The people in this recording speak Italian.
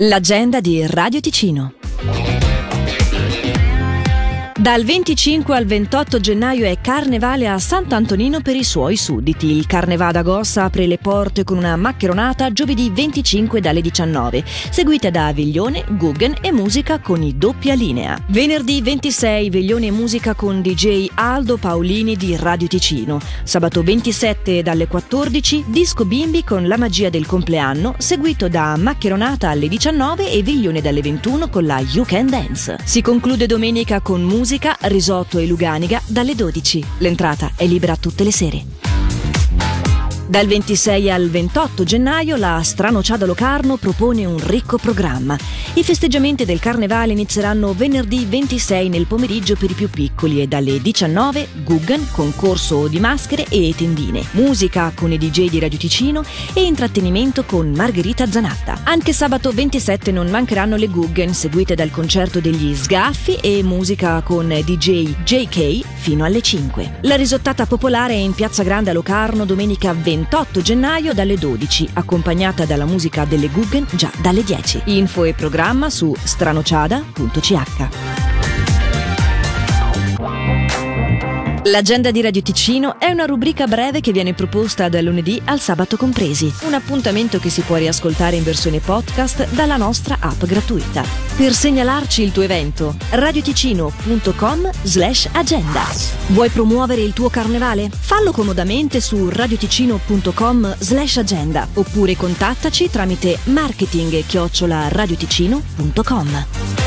L'agenda di Radio Ticino. Dal 25 al 28 gennaio è Carnevale a Sant'Antonino per i suoi sudditi. Il Carnevale d'Agosto apre le porte con una maccheronata giovedì 25 dalle 19, seguita da Veglione, Guggen e musica con i doppia linea. Venerdì 26 Veglione e musica con DJ Aldo Paolini di Radio Ticino. Sabato 27 dalle 14 Disco Bimbi con La magia del compleanno, seguito da maccheronata alle 19 e Veglione dalle 21 con la You Can Dance. Si conclude domenica con musica, risotto e luganiga dalle 12. L'entrata è libera tutte le sere. Dal 26 al 28 gennaio la Stranociada Locarno propone un ricco programma. I festeggiamenti del Carnevale inizieranno venerdì 26 nel pomeriggio per i più piccoli e dalle 19 Guggen, concorso di maschere e tendine, musica con i DJ di Radio Ticino e intrattenimento con Margherita Zanatta. Anche sabato 27 non mancheranno le Guggen, seguite dal concerto degli Sgaffi e musica con DJ JK fino alle 5. La risottata popolare è in Piazza Grande a Locarno domenica 28 gennaio dalle 12, accompagnata dalla musica delle Guggen già dalle 10. Info e programma su stranociada.ch. L'agenda di Radio Ticino è una rubrica breve che viene proposta dal lunedì al sabato compresi. Un appuntamento che si può riascoltare in versione podcast dalla nostra app gratuita. Per segnalarci il tuo evento, radioticino.com/agenda. Vuoi promuovere il tuo carnevale? Fallo comodamente su radioticino.com/agenda oppure contattaci tramite marketing@radioticino.com.